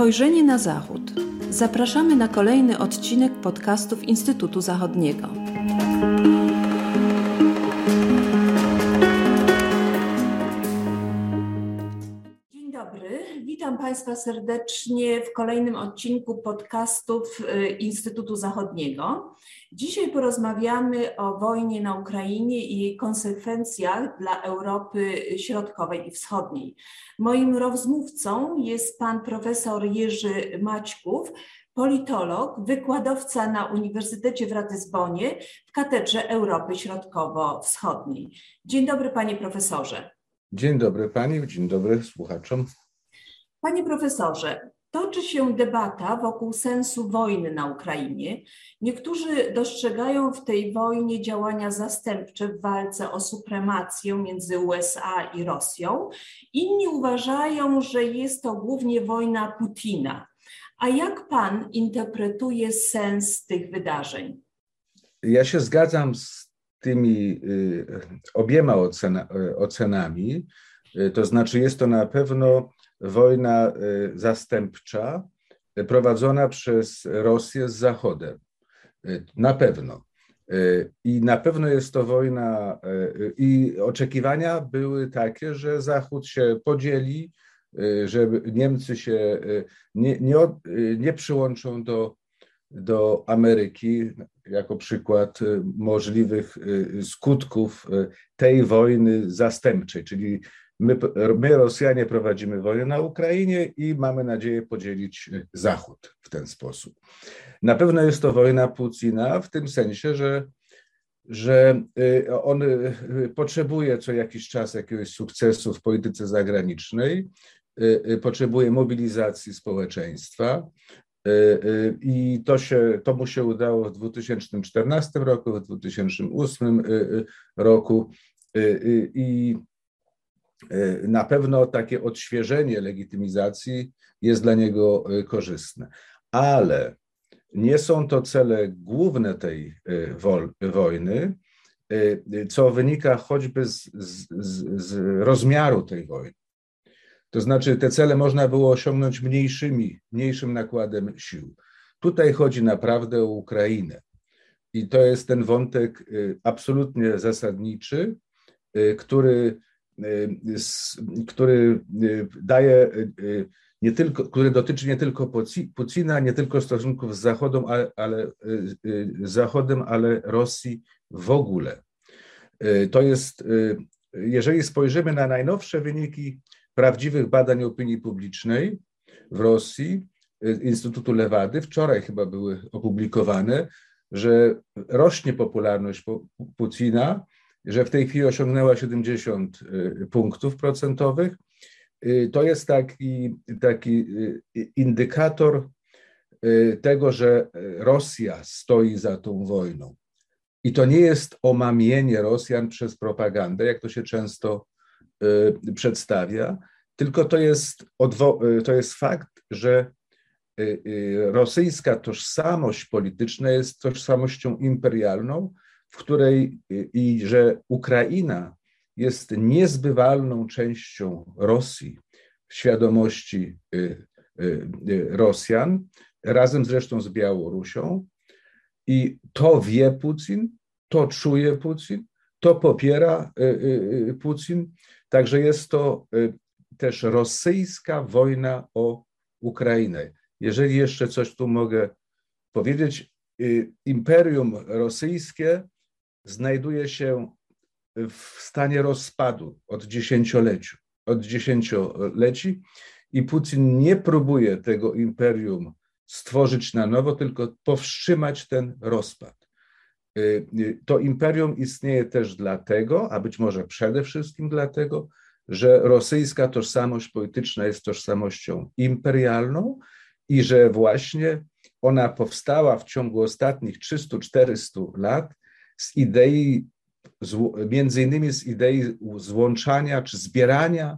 Spojrzenie na Zachód. Zapraszamy na kolejny odcinek podcastów Instytutu Zachodniego. Dzień dobry, witam Państwa serdecznie w kolejnym odcinku podcastów Instytutu Zachodniego. Dzisiaj porozmawiamy o wojnie na Ukrainie i jej konsekwencjach dla Europy Środkowej i Wschodniej. Moim rozmówcą jest pan profesor Jerzy Maćków, politolog, wykładowca na Uniwersytecie w Ratyzbonie w Katedrze Europy Środkowo-Wschodniej. Dzień dobry, panie profesorze. Dzień dobry pani, dzień dobry słuchaczom. Panie profesorze, toczy się debata wokół sensu wojny na Ukrainie. Niektórzy dostrzegają w tej wojnie działania zastępcze w walce o supremację między USA i Rosją. Inni uważają, że jest to głównie wojna Putina. A jak pan interpretuje sens tych wydarzeń? Ja się zgadzam z tymi obiema ocenami, to znaczy jest to na pewno wojna zastępcza prowadzona przez Rosję z Zachodem. Na pewno. I na pewno jest to wojna i oczekiwania były takie, że Zachód się podzieli, że Niemcy się nie przyłączą do Ameryki jako przykład możliwych skutków tej wojny zastępczej, czyli my Rosjanie prowadzimy wojnę na Ukrainie i mamy nadzieję podzielić Zachód w ten sposób. Na pewno jest to wojna Putina w tym sensie, że on potrzebuje co jakiś czas jakiegoś sukcesu w polityce zagranicznej, potrzebuje mobilizacji społeczeństwa i to mu się udało w 2014 roku, w 2008 roku i na pewno takie odświeżenie legitymizacji jest dla niego korzystne. Ale nie są to cele główne tej wojny, co wynika choćby z rozmiaru tej wojny. To znaczy te cele można było osiągnąć mniejszym nakładem sił. Tutaj chodzi naprawdę o Ukrainę. I to jest ten wątek absolutnie zasadniczy, który daje który dotyczy nie tylko Putina, nie tylko stosunków z Zachodem, ale Rosji w ogóle. To jest, jeżeli spojrzymy na najnowsze wyniki prawdziwych badań opinii publicznej w Rosji, Instytutu Lewady, wczoraj chyba były opublikowane, że rośnie popularność Putina, że w tej chwili osiągnęła 70 punktów procentowych. To jest taki indykator tego, że Rosja stoi za tą wojną. I to nie jest omamienie Rosjan przez propagandę, jak to się często przedstawia, tylko to jest fakt, że rosyjska tożsamość polityczna jest tożsamością imperialną, w której i że Ukraina jest niezbywalną częścią Rosji w świadomości Rosjan, razem zresztą z Białorusią. I to wie Putin, to czuje Putin, to popiera Putin. Także jest to też rosyjska wojna o Ukrainę. Jeżeli jeszcze coś tu mogę powiedzieć, Imperium Rosyjskie znajduje się w stanie rozpadu od dziesięcioleci i Putin nie próbuje tego imperium stworzyć na nowo, tylko powstrzymać ten rozpad. To imperium istnieje też dlatego, a być może przede wszystkim dlatego, że rosyjska tożsamość polityczna jest tożsamością imperialną i że właśnie ona powstała w ciągu ostatnich 300-400 lat z idei, między innymi z idei złączania czy zbierania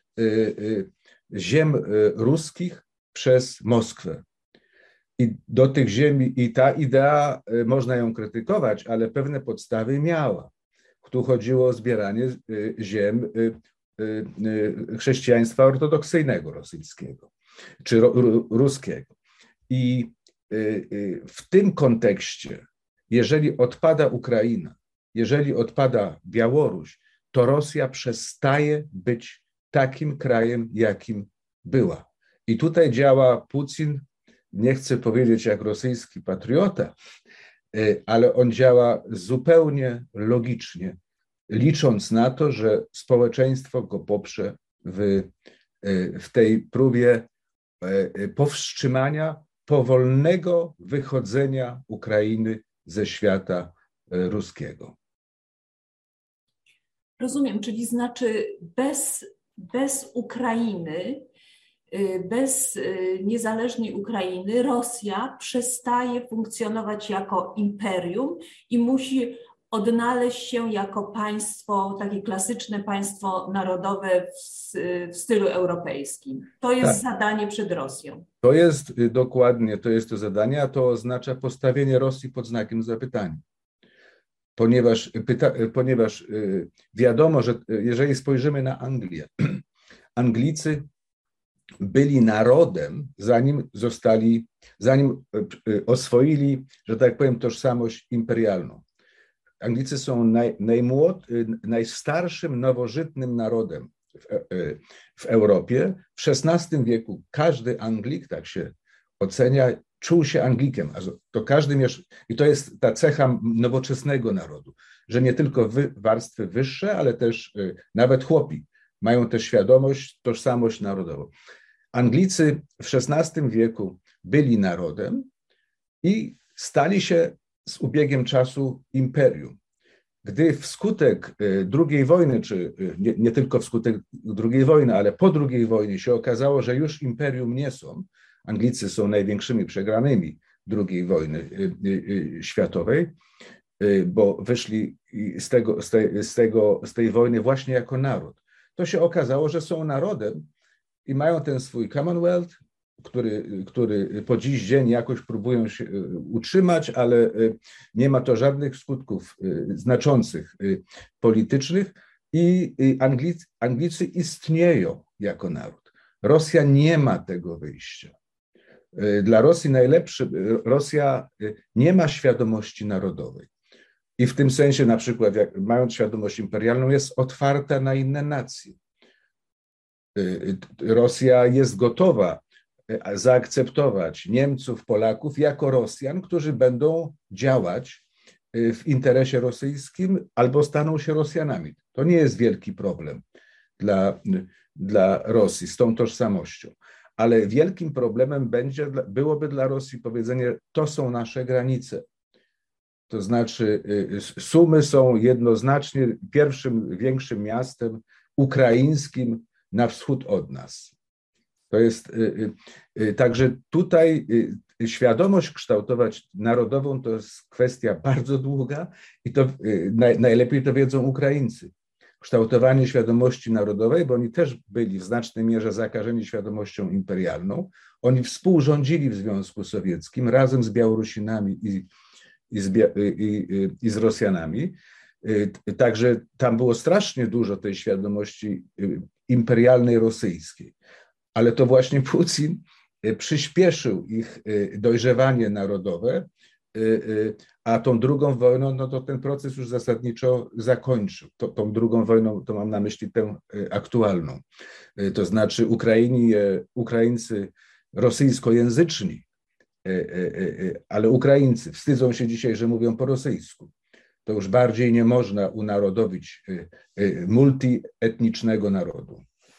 ziem ruskich przez Moskwę. I do tych ziemi, i ta idea, można ją krytykować, ale pewne podstawy miała. Tu chodziło o zbieranie ziem chrześcijaństwa ortodoksyjnego rosyjskiego. czy ruskiego. I w tym kontekście, jeżeli odpada Ukraina, jeżeli odpada Białoruś, to Rosja przestaje być takim krajem, jakim była. I tutaj działa Putin, nie chcę powiedzieć jak rosyjski patriota, ale on działa zupełnie logicznie, licząc na to, że społeczeństwo go poprze w tej próbie powstrzymania powolnego wychodzenia Ukrainy ze świata ruskiego. Rozumiem, czyli znaczy bez Ukrainy, bez niezależnej Ukrainy Rosja przestaje funkcjonować jako imperium i musi odnaleźć się jako państwo, takie klasyczne państwo narodowe w stylu europejskim. To jest zadanie przed Rosją. To jest dokładnie, to jest to zadanie, a to oznacza postawienie Rosji pod znakiem zapytania. Ponieważ wiadomo, że jeżeli spojrzymy na Anglię, Anglicy byli narodem, zanim oswoili, że tak powiem, tożsamość imperialną. Anglicy są najstarszym nowożytnym narodem w Europie. W XVI wieku każdy Anglik, tak się ocenia, czuł się Anglikiem. I to jest ta cecha nowoczesnego narodu, że nie tylko warstwy wyższe, ale też nawet chłopi mają też świadomość, tożsamość narodową. Anglicy w XVI wieku byli narodem i stali się z ubiegiem czasu imperium. Gdy wskutek II wojny, czy nie tylko wskutek II wojny, ale po II wojnie się okazało, że już imperium nie są, Anglicy są największymi przegranymi II wojny światowej, bo wyszli z tej wojny właśnie jako naród. To się okazało, że są narodem i mają ten swój Commonwealth, który po dziś dzień jakoś próbują się utrzymać, ale nie ma to żadnych skutków znaczących politycznych i Anglicy istnieją jako naród. Rosja nie ma tego wyjścia. Dla Rosji Rosja nie ma świadomości narodowej. I w tym sensie na przykład, mając świadomość imperialną, jest otwarta na inne nacje. Rosja jest gotowa zaakceptować Niemców, Polaków jako Rosjan, którzy będą działać w interesie rosyjskim albo staną się Rosjanami. To nie jest wielki problem dla Rosji z tą tożsamością. Ale wielkim problemem byłoby dla Rosji powiedzenie, to są nasze granice. To znaczy Sumy są jednoznacznie pierwszym większym miastem ukraińskim na wschód od nas. To jest także tutaj świadomość kształtować narodową to jest kwestia bardzo długa i to najlepiej to wiedzą Ukraińcy. Kształtowanie świadomości narodowej, bo oni też byli w znacznej mierze zakażeni świadomością imperialną. Oni współrządzili w Związku Sowieckim razem z Białorusinami i z Rosjanami. Także tam było strasznie dużo tej świadomości imperialnej rosyjskiej. Ale to właśnie Putin przyspieszył ich dojrzewanie narodowe, a tą drugą wojną, no to ten proces już zasadniczo zakończył. Tą drugą wojną to mam na myśli tę aktualną. To znaczy Ukraińcy rosyjskojęzyczni, ale Ukraińcy wstydzą się dzisiaj, że mówią po rosyjsku. To już bardziej nie można unarodowić multietnicznego narodu.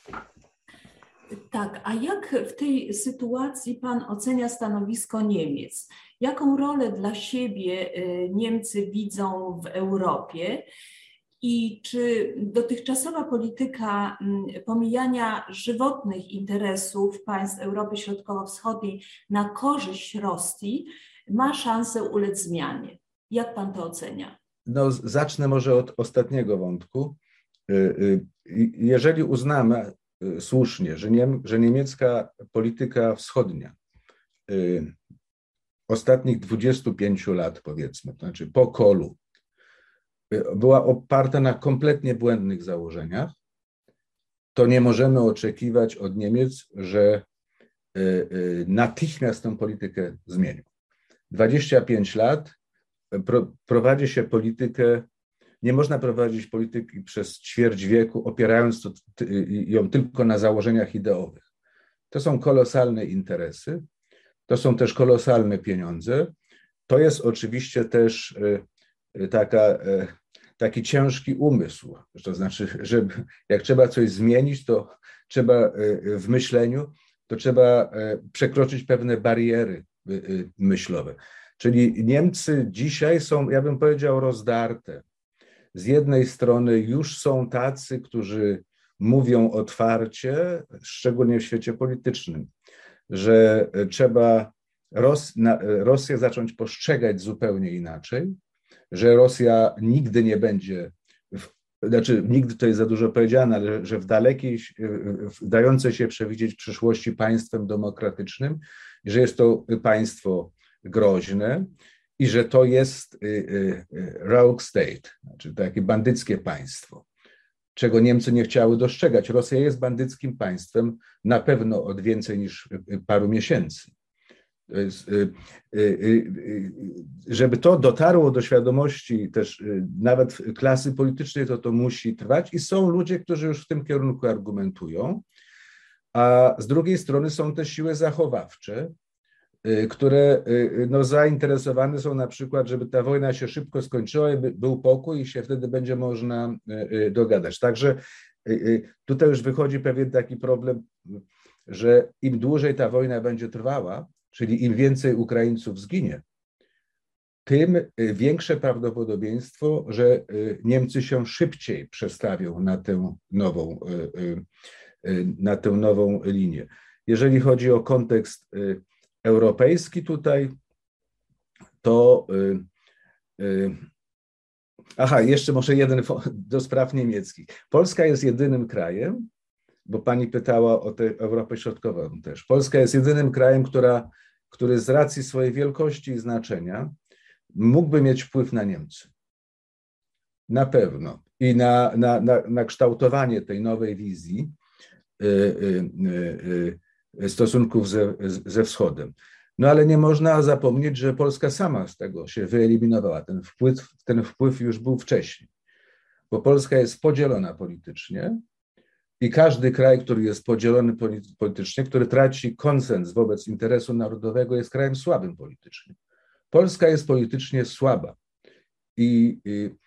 Tak, a jak w tej sytuacji pan ocenia stanowisko Niemiec? Jaką rolę dla siebie Niemcy widzą w Europie i czy dotychczasowa polityka pomijania żywotnych interesów państw Europy Środkowo-Wschodniej na korzyść Rosji ma szansę ulec zmianie? Jak pan to ocenia? No, zacznę może od ostatniego wątku. Jeżeli uznamy słusznie, że niemiecka polityka wschodnia ostatnich 25 lat, powiedzmy, to znaczy po Kohlu, była oparta na kompletnie błędnych założeniach, to nie możemy oczekiwać od Niemiec, że natychmiast tę politykę zmienił. 25 lat prowadzi się politykę, nie można prowadzić polityki przez ćwierć wieku, opierając ją tylko na założeniach ideowych. To są kolosalne interesy, to są też kolosalne pieniądze. To jest oczywiście też taki ciężki umysł. To znaczy, że jak trzeba coś zmienić, to trzeba w myśleniu, to trzeba przekroczyć pewne bariery myślowe. Czyli Niemcy dzisiaj są, ja bym powiedział, rozdarte. Z jednej strony już są tacy, którzy mówią otwarcie, szczególnie w świecie politycznym, że trzeba Rosję zacząć postrzegać zupełnie inaczej, że Rosja nigdy nie będzie, nigdy to jest za dużo powiedziane, ale że w dalekiej, dającej się przewidzieć przyszłości państwem demokratycznym, że jest to państwo groźne i że to jest rogue state, znaczy takie bandyckie państwo, czego Niemcy nie chciały dostrzegać. Rosja jest bandyckim państwem na pewno od więcej niż paru miesięcy. Żeby to dotarło do świadomości też nawet klasy politycznej, to musi trwać i są ludzie, którzy już w tym kierunku argumentują, a z drugiej strony są te siły zachowawcze, które zainteresowane są na przykład, żeby ta wojna się szybko skończyła i był pokój i się wtedy będzie można dogadać. Także tutaj już wychodzi pewien taki problem, że im dłużej ta wojna będzie trwała, czyli im więcej Ukraińców zginie, tym większe prawdopodobieństwo, że Niemcy się szybciej przestawią na tę nową linię. Jeżeli chodzi o kontekst europejski tutaj, to jeszcze może jeden do spraw niemieckich. Polska jest jedynym krajem, bo pani pytała o tę Europę Środkową też. Polska jest jedynym krajem, który z racji swojej wielkości i znaczenia mógłby mieć wpływ na Niemcy. Na pewno. I na kształtowanie tej nowej wizji stosunków ze Wschodem. No ale nie można zapomnieć, że Polska sama z tego się wyeliminowała. Ten wpływ już był wcześniej, bo Polska jest podzielona politycznie i każdy kraj, który jest podzielony politycznie, który traci konsens wobec interesu narodowego, jest krajem słabym politycznie. Polska jest politycznie słaba i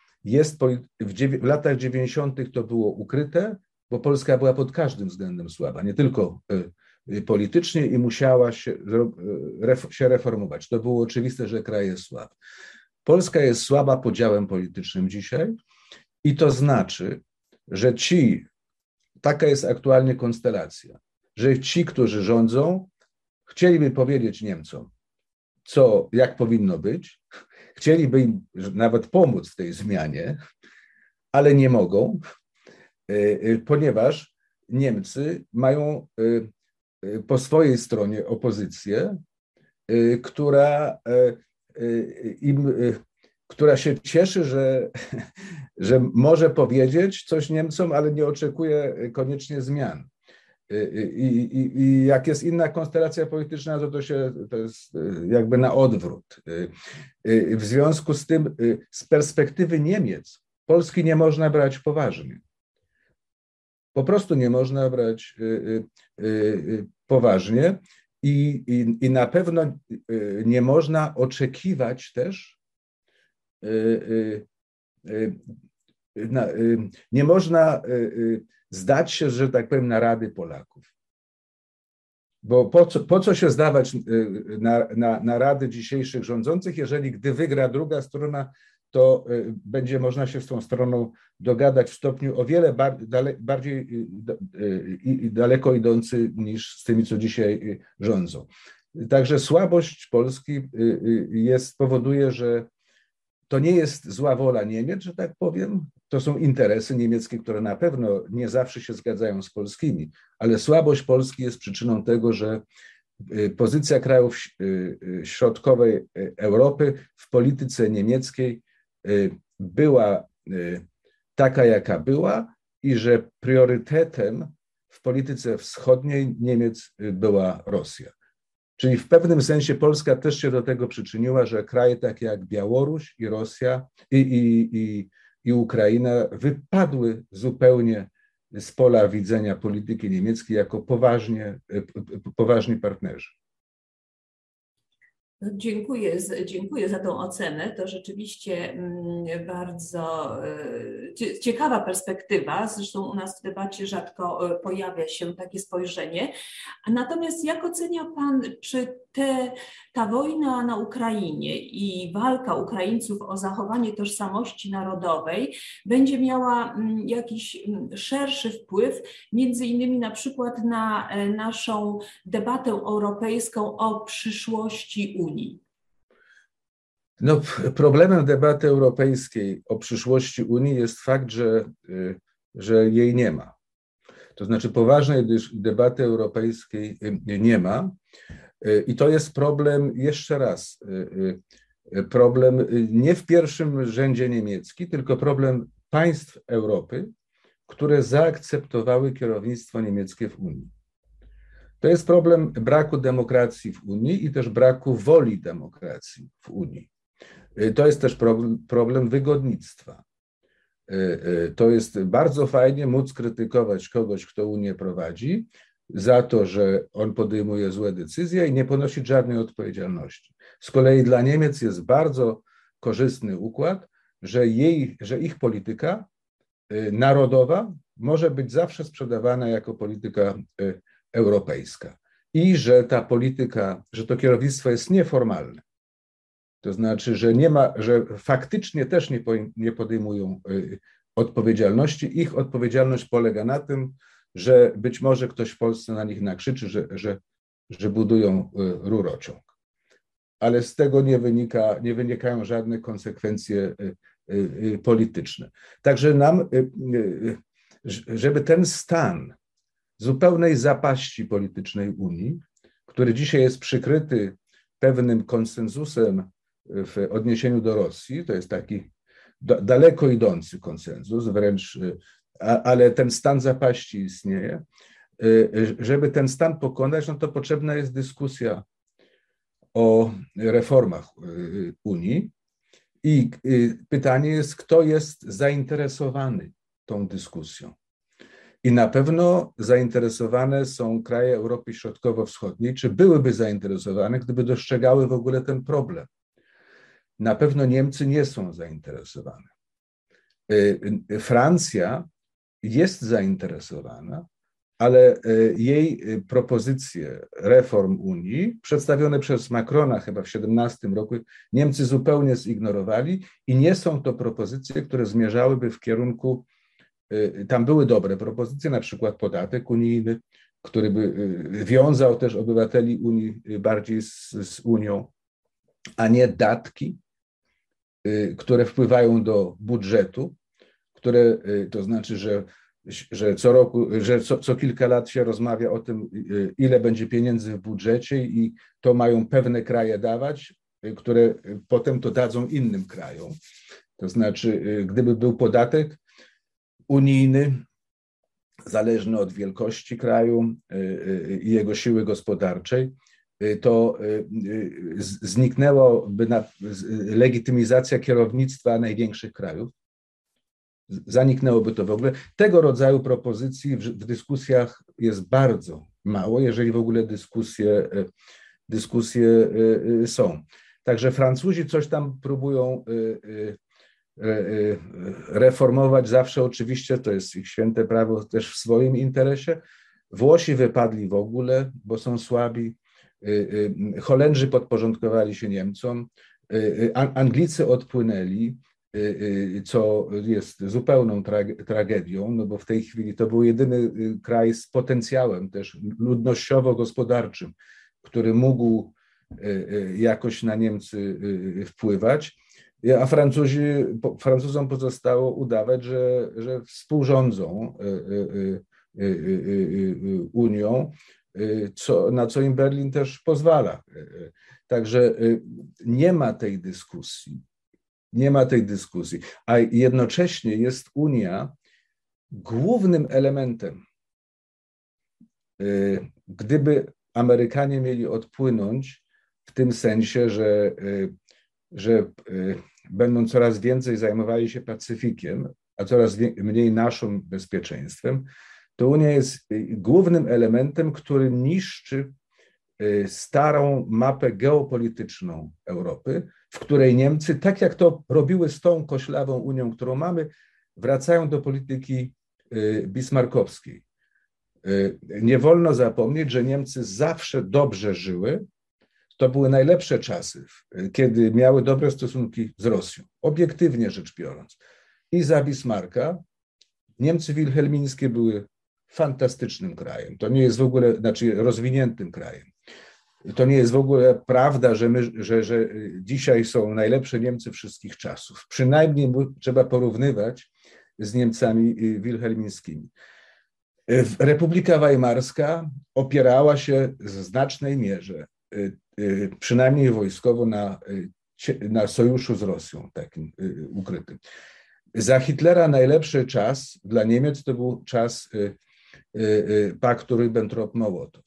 w latach 90. to było ukryte, bo Polska była pod każdym względem słaba, nie tylko politycznie i musiała się reformować. To było oczywiste, że kraj jest słaby. Polska jest słaba podziałem politycznym dzisiaj i to znaczy, że taka jest aktualnie konstelacja, że ci, którzy rządzą, chcieliby powiedzieć Niemcom, jak powinno być, chcieliby im nawet pomóc w tej zmianie, ale nie mogą, ponieważ Niemcy mają po swojej stronie opozycję, która się cieszy, że może powiedzieć coś Niemcom, ale nie oczekuje koniecznie zmian. I jak jest inna konstelacja polityczna, to jest jakby na odwrót. W związku z tym, z perspektywy Niemiec, Polski nie można brać poważnie. Po prostu nie można brać poważnie i na pewno nie można oczekiwać też, nie można zdać się, że tak powiem, na rady Polaków. Bo po co się zdawać na rady dzisiejszych rządzących, jeżeli gdy wygra druga strona, to będzie można się z tą stroną dogadać w stopniu o wiele bardziej daleko idący niż z tymi, co dzisiaj rządzą. Także słabość Polski powoduje, że to nie jest zła wola Niemiec, że tak powiem, to są interesy niemieckie, które na pewno nie zawsze się zgadzają z polskimi, ale słabość Polski jest przyczyną tego, że pozycja krajów środkowej Europy w polityce niemieckiej była taka, jaka była i że priorytetem w polityce wschodniej Niemiec była Rosja. Czyli w pewnym sensie Polska też się do tego przyczyniła, że kraje takie jak Białoruś i Rosja i Ukraina wypadły zupełnie z pola widzenia polityki niemieckiej jako poważni partnerzy. Dziękuję za tą ocenę. To rzeczywiście bardzo ciekawa perspektywa. Zresztą u nas w debacie rzadko pojawia się takie spojrzenie. Natomiast jak ocenia Pan, czy ta wojna na Ukrainie i walka Ukraińców o zachowanie tożsamości narodowej będzie miała jakiś szerszy wpływ, między innymi na przykład na naszą debatę europejską o przyszłości Unii? No, problemem debaty europejskiej o przyszłości Unii jest fakt, że jej nie ma. To znaczy poważnej debaty europejskiej nie ma i to jest problem, jeszcze raz, problem nie w pierwszym rzędzie niemiecki, tylko problem państw Europy, które zaakceptowały kierownictwo niemieckie w Unii. To jest problem braku demokracji w Unii i też braku woli demokracji w Unii. To jest też problem wygodnictwa. To jest bardzo fajnie móc krytykować kogoś, kto Unię prowadzi, za to, że on podejmuje złe decyzje i nie ponosić żadnej odpowiedzialności. Z kolei dla Niemiec jest bardzo korzystny układ, że ich polityka narodowa może być zawsze sprzedawana jako polityka europejska i że ta polityka, że to kierownictwo jest nieformalne. To znaczy, że faktycznie też nie podejmują odpowiedzialności. Ich odpowiedzialność polega na tym, że być może ktoś w Polsce na nich nakrzyczy, że budują rurociąg. Ale z tego nie wynikają żadne konsekwencje polityczne. Także żeby ten stan zupełnej zapaści politycznej Unii, który dzisiaj jest przykryty pewnym konsensusem w odniesieniu do Rosji, to jest taki daleko idący konsensus, wręcz, ale ten stan zapaści istnieje. Żeby ten stan pokonać, no to potrzebna jest dyskusja o reformach Unii i pytanie jest, kto jest zainteresowany tą dyskusją. I na pewno zainteresowane są kraje Europy Środkowo-Wschodniej, czy byłyby zainteresowane, gdyby dostrzegały w ogóle ten problem. Na pewno Niemcy nie są zainteresowane. Francja jest zainteresowana, ale jej propozycje reform Unii, przedstawione przez Macrona chyba w 2017 roku, Niemcy zupełnie zignorowali i nie są to propozycje, które zmierzałyby w kierunku. Tam były dobre propozycje, na przykład podatek unijny, który by wiązał też obywateli Unii bardziej z Unią, a nie datki, które wpływają do budżetu, to znaczy, że co roku, że co kilka lat się rozmawia o tym, ile będzie pieniędzy w budżecie i to mają pewne kraje dawać, które potem to dadzą innym krajom. To znaczy, gdyby był podatek unijny, zależny od wielkości kraju i jego siły gospodarczej, to zniknęłaby legitymizacja kierownictwa największych krajów. Zaniknęłoby to w ogóle. Tego rodzaju propozycji w dyskusjach jest bardzo mało, jeżeli w ogóle dyskusje są. Także Francuzi coś tam próbują reformować zawsze, oczywiście, to jest ich święte prawo, też w swoim interesie. Włosi wypadli w ogóle, bo są słabi. Holendrzy podporządkowali się Niemcom. Anglicy odpłynęli, co jest zupełną tragedią, no bo w tej chwili to był jedyny kraj z potencjałem też ludnościowo-gospodarczym, który mógł jakoś na Niemcy wpływać. A Francuzom pozostało udawać, że współrządzą Unią, na co im Berlin też pozwala. Także nie ma tej dyskusji. Nie ma tej dyskusji. A jednocześnie jest Unia głównym elementem gdyby Amerykanie mieli odpłynąć w tym sensie, że będą coraz więcej zajmowali się Pacyfikiem, a coraz mniej naszym bezpieczeństwem, to Unia jest głównym elementem, który niszczy starą mapę geopolityczną Europy, w której Niemcy, tak jak to robiły z tą koślawą Unią, którą mamy, wracają do polityki bismarckowskiej. Nie wolno zapomnieć, że Niemcy zawsze dobrze żyły. To były najlepsze czasy, kiedy miały dobre stosunki z Rosją, obiektywnie rzecz biorąc. I za Bismarcka Niemcy wilhelmińskie były fantastycznym krajem. To nie jest w ogóle, znaczy rozwiniętym krajem. To nie jest w ogóle prawda, że dzisiaj są najlepsze Niemcy wszystkich czasów. Przynajmniej trzeba porównywać z Niemcami wilhelmińskimi. Republika Weimarska opierała się w znacznej mierze, przynajmniej wojskowo, na sojuszu z Rosją, takim ukrytym. Za Hitlera najlepszy czas dla Niemiec to był czas paktu Ribbentrop-Mołotow.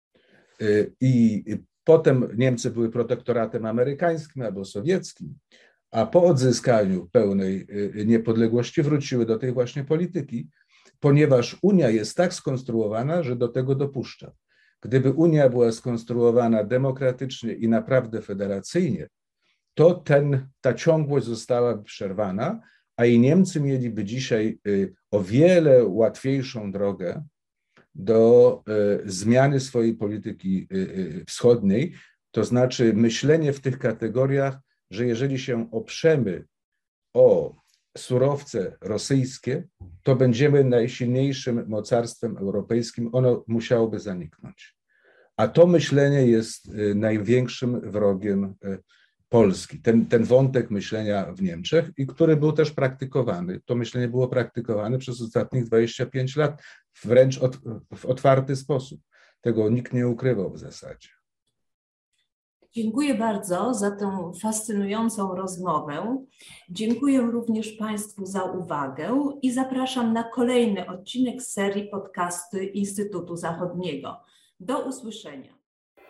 I potem Niemcy były protektoratem amerykańskim albo sowieckim, a po odzyskaniu pełnej niepodległości wróciły do tej właśnie polityki, ponieważ Unia jest tak skonstruowana, że do tego dopuszcza. Gdyby Unia była skonstruowana demokratycznie i naprawdę federacyjnie, to ta ciągłość zostałaby przerwana, a i Niemcy mieliby dzisiaj o wiele łatwiejszą drogę do zmiany swojej polityki wschodniej, to znaczy myślenie w tych kategoriach, że jeżeli się oprzemy o surowce rosyjskie, to będziemy najsilniejszym mocarstwem europejskim, ono musiałoby zaniknąć. A to myślenie jest największym wrogiem Polski. Ten wątek myślenia w Niemczech, i który był też praktykowany. To myślenie było praktykowane przez ostatnich 25 lat wręcz w otwarty sposób. Tego nikt nie ukrywał w zasadzie. Dziękuję bardzo za tę fascynującą rozmowę. Dziękuję również Państwu za uwagę i zapraszam na kolejny odcinek z serii podcasty Instytutu Zachodniego. Do usłyszenia.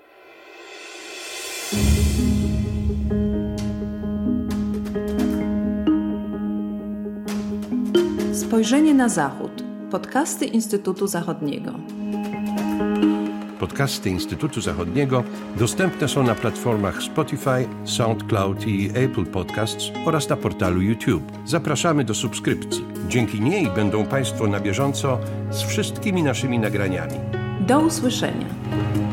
Spojrzenie na Zachód. Podcasty Instytutu Zachodniego. Podcasty Instytutu Zachodniego dostępne są na platformach Spotify, SoundCloud i Apple Podcasts oraz na portalu YouTube. Zapraszamy do subskrypcji. Dzięki niej będą Państwo na bieżąco z wszystkimi naszymi nagraniami. Do usłyszenia.